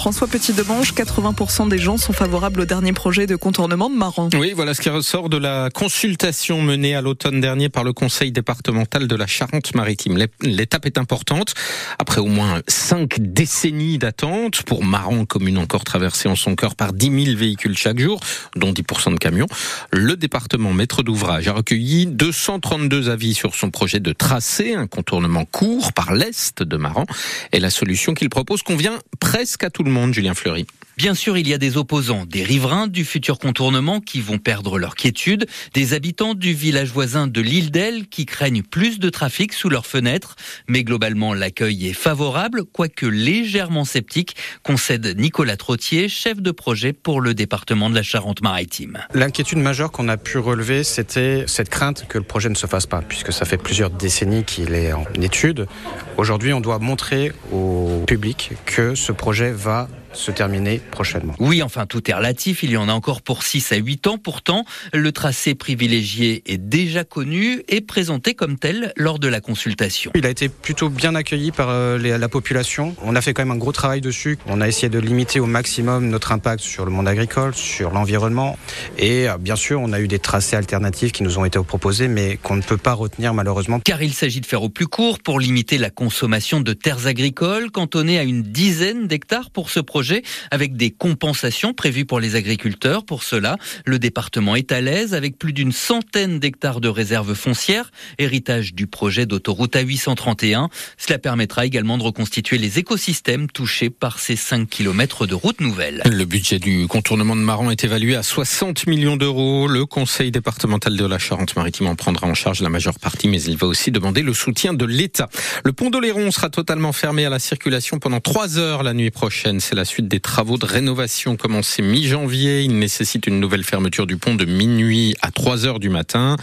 François Petit-Demange, 80% des gens sont favorables au dernier projet de contournement de Maran. Oui, voilà ce qui ressort de la consultation menée à l'automne dernier par le Conseil départemental de la Charente-Maritime. L'étape est importante. Après au moins 5 décennies d'attente, pour Maran, commune encore traversée en son cœur par 10 000 véhicules chaque jour, dont 10% de camions, le département maître d'ouvrage a recueilli 232 avis sur son projet de tracé, un contournement court par l'est de Maran. Et la solution qu'il propose convient presque à tout le monde, Julien Fleury. Bien sûr, il y a des opposants, des riverains du futur contournement qui vont perdre leur quiétude, des habitants du village voisin de l'île d'Elle qui craignent plus de trafic sous leurs fenêtres. Mais globalement, l'accueil est favorable, quoique légèrement sceptique, concède Nicolas Trottier, chef de projet pour le département de la Charente-Maritime. L'inquiétude majeure qu'on a pu relever, c'était cette crainte que le projet ne se fasse pas, puisque ça fait plusieurs décennies qu'il est en étude. Aujourd'hui, on doit montrer au public que ce projet va se terminer prochainement. Oui, enfin, tout est relatif. Il y en a encore pour 6 à 8 ans. Pourtant, le tracé privilégié est déjà connu et présenté comme tel lors de la consultation. Il a été plutôt bien accueilli par la population. On a fait quand même un gros travail dessus. On a essayé de limiter au maximum notre impact sur le monde agricole, sur l'environnement. Et bien sûr, on a eu des tracés alternatifs qui nous ont été proposés, mais qu'on ne peut pas retenir malheureusement. Car il s'agit de faire au plus court pour limiter la consommation de terres agricoles, cantonnées à une dizaine d'hectares pour ce projet, avec des compensations prévues pour les agriculteurs. Pour cela, le département est à l'aise avec plus d'une centaine d'hectares de réserves foncières, héritage du projet d'autoroute A831. Cela permettra également de reconstituer les écosystèmes touchés par ces 5 km de route nouvelle. Le budget du contournement de Maran est évalué à 60 millions d'euros. Le Conseil départemental de la Charente-Maritime en prendra en charge la majeure partie, mais il va aussi demander le soutien de l'État. Le pont d'Oléron sera totalement fermé à la circulation pendant 3 heures la nuit prochaine. C'est la suite des travaux de rénovation commencés mi-janvier. Il nécessite une nouvelle fermeture du pont de minuit à 3 heures du matin.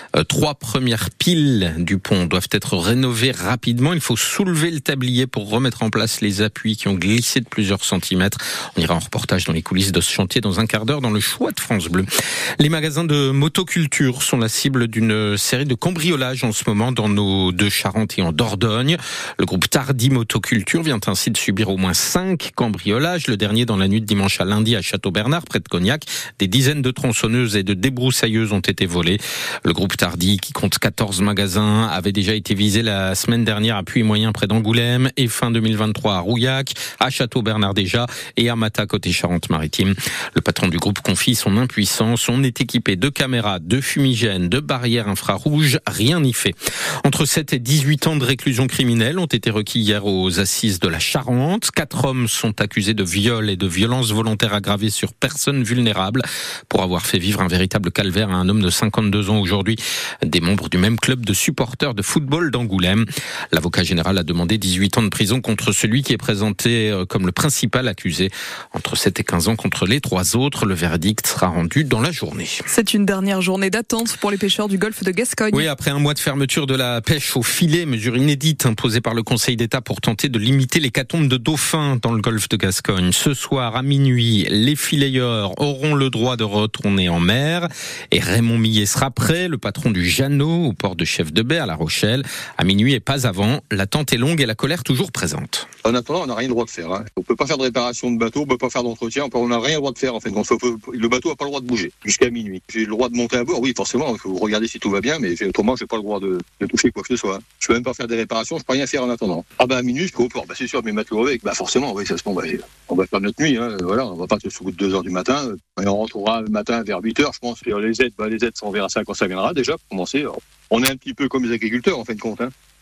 3 premières piles du pont doivent être rénovées rapidement. Il faut soulever le tablier pour remettre en place les appuis qui ont glissé de plusieurs centimètres. On ira en reportage dans les coulisses de ce chantier dans un quart d'heure dans le choix de France Bleu. Les magasins de motoculture sont la cible d'une série de cambriolages en ce moment dans nos deux Charentes et en Dordogne. Le groupe Tardy Motoculture vient ainsi de subir au moins 5 cambriolages. Le dernier dans la nuit de dimanche à lundi à Château-Bernard, près de Cognac. Des dizaines de tronçonneuses et de débroussailleuses ont été volées. Le groupe Tardy, qui compte 14 magasins, avait déjà été visé la semaine dernière à Puy-Moyen près d'Angoulême et fin 2023 à Rouillac, à Château-Bernard déjà et à Mata côté Charente-Maritime. Le patron du groupe confie son impuissance. On est équipé de caméras, de fumigènes, de barrières infrarouges. Rien n'y fait. Entre 7 et 18 ans de réclusion criminelle ont été requis hier aux assises de la Charente. 4 hommes sont accusés de viol et de violence volontaire aggravée sur personnes vulnérables pour avoir fait vivre un véritable calvaire à un homme de 52 ans aujourd'hui, des membres du même club de supporters de football d'Angoulême. L'avocat général a demandé 18 ans de prison contre celui qui est présenté comme le principal accusé, entre 7 et 15 ans contre les 3 autres. Le verdict sera rendu dans la journée. C'est une dernière journée d'attente pour les pêcheurs du golfe de Gascogne. Oui, après un mois de fermeture de la pêche au filet, mesure inédite imposée par le Conseil d'État pour tenter de limiter l'hécatombe de dauphins dans le golfe de Gascogne. Ce soir à minuit, les fileyeurs auront le droit de retourner en mer et Raymond Millet sera prêt, le patron du Jeannot au port de Chef de Baie à La Rochelle. À minuit et pas avant, l'attente est longue et la colère toujours présente. En attendant, on n'a rien le droit de faire. On ne peut pas faire de réparation de bateau, on ne peut pas faire d'entretien, on n'a rien le droit de faire. En fait, le bateau n'a pas le droit de bouger jusqu'à minuit. J'ai le droit de monter à bord, oui, forcément, il faut regarder si tout va bien, mais autrement, je n'ai pas le droit de toucher quoi que ce soit. Je ne peux même pas faire des réparations, je ne peux rien faire en attendant. À minuit, je peux au port, c'est sûr, mais matelots avec, forcément, oui, ça se bon, on va faire notre nuit, voilà, on va pas se soulever de 2 heures du matin, et on rentrera le matin vers 8 heures, je pense. Et les aides, on verra ça quand ça viendra, déjà, pour commencer. Alors, on est un petit peu comme les agriculteurs, en fin de compte,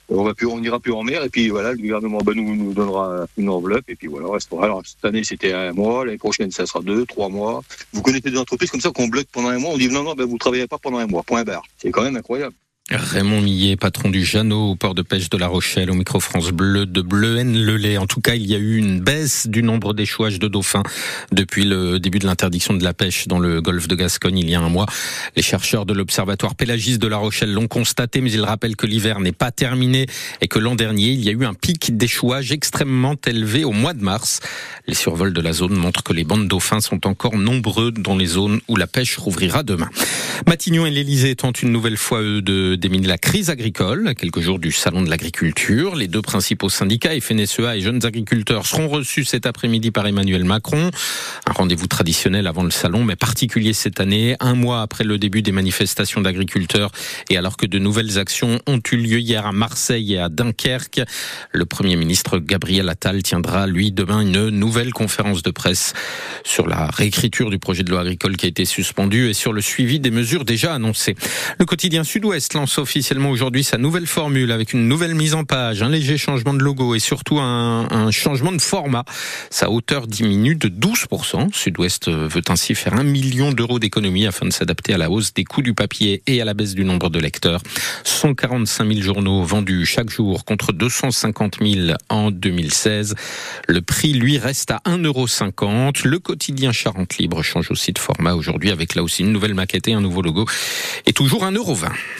On n'ira plus en mer, et puis voilà, le gouvernement nous donnera une enveloppe, et puis voilà, on restera. Alors, cette année, c'était 1 mois, l'année prochaine, ça sera 2, 3 mois. Vous connaissez des entreprises comme ça qu'on bloque pendant 1 mois, on dit non, vous travaillez pas pendant 1 mois, point barre. C'est quand même incroyable. Raymond Millet, patron du Jeannot au port de pêche de La Rochelle, au micro France Bleu de Bleuhen-le-Lay. En tout cas, il y a eu une baisse du nombre d'échouages de dauphins depuis le début de l'interdiction de la pêche dans le golfe de Gascogne il y a 1 mois. Les chercheurs de l'Observatoire pélagiste de La Rochelle l'ont constaté, mais ils rappellent que l'hiver n'est pas terminé et que l'an dernier, il y a eu un pic d'échouage extrêmement élevé au mois de mars. Les survols de la zone montrent que les bancs de dauphins sont encore nombreux dans les zones où la pêche rouvrira demain. Matignon et l'Élysée tentent une nouvelle fois, de déminer la crise agricole à quelques jours du salon de l'agriculture. Les deux principaux syndicats, FNSEA et Jeunes Agriculteurs, seront reçus cet après-midi par Emmanuel Macron. Un rendez-vous traditionnel avant le salon, mais particulier cette année, un mois après le début des manifestations d'agriculteurs et alors que de nouvelles actions ont eu lieu hier à Marseille et à Dunkerque. Le Premier ministre Gabriel Attal tiendra, lui, demain une nouvelle conférence de presse sur la réécriture du projet de loi agricole qui a été suspendu et sur le suivi des mesures déjà annoncées. Le quotidien Sud-Ouest lance officiellement aujourd'hui sa nouvelle formule avec une nouvelle mise en page, un léger changement de logo et surtout un changement de format. Sa hauteur diminue de 12%. Sud-Ouest veut ainsi faire 1 million d'euros d'économie afin de s'adapter à la hausse des coûts du papier et à la baisse du nombre de lecteurs. 145 000 journaux vendus chaque jour contre 250 000 en 2016. Le prix, lui, reste à 1,50 €. Le quotidien Charente Libre change aussi de format aujourd'hui avec là aussi une nouvelle maquette et un nouveau logo et toujours 1,20 €.